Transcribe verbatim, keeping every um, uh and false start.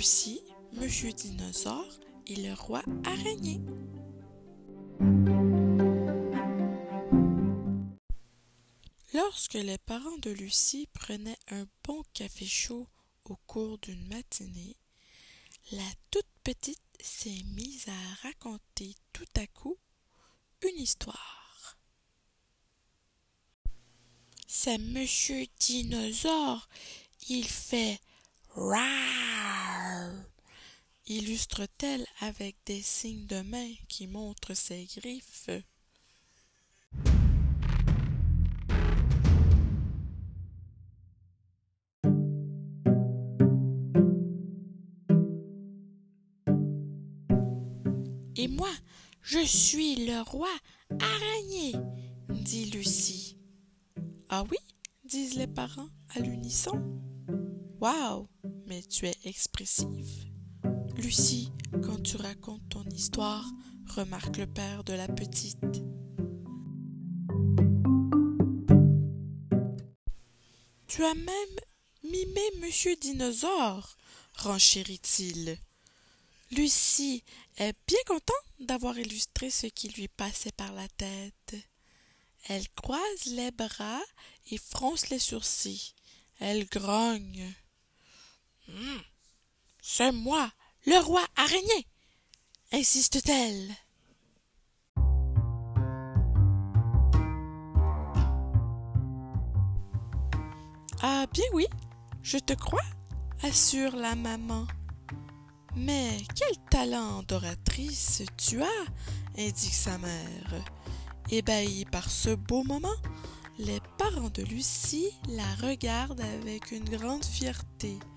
Lucie, Monsieur Dinosaure et le roi araignée. Lorsque les parents de Lucie prenaient un bon café chaud au cours d'une matinée, la toute petite s'est mise à raconter tout à coup une histoire. C'est Monsieur Dinosaure, il fait rar, illustre-t-elle avec des signes de main qui montrent ses griffes. Et moi, je suis le roi araignée, dit Lucie. Ah oui, disent les parents à l'unisson. Waouh, mais tu es expressive. Lucie, quand tu racontes ton histoire, remarque le père de la petite. Tu as même mimé Monsieur Dinosaure, renchérit-il. Lucie est bien contente d'avoir illustré ce qui lui passait par la tête. Elle croise les bras et fronce les sourcils. Elle grogne. Hum, c'est moi, le roi araignée, insiste-t-elle. Ah bien oui, je te crois, assure la maman. Mais quel talent d'oratrice tu as, indique sa mère. Ébahis par ce beau moment, les parents de Lucie la regardent avec une grande fierté.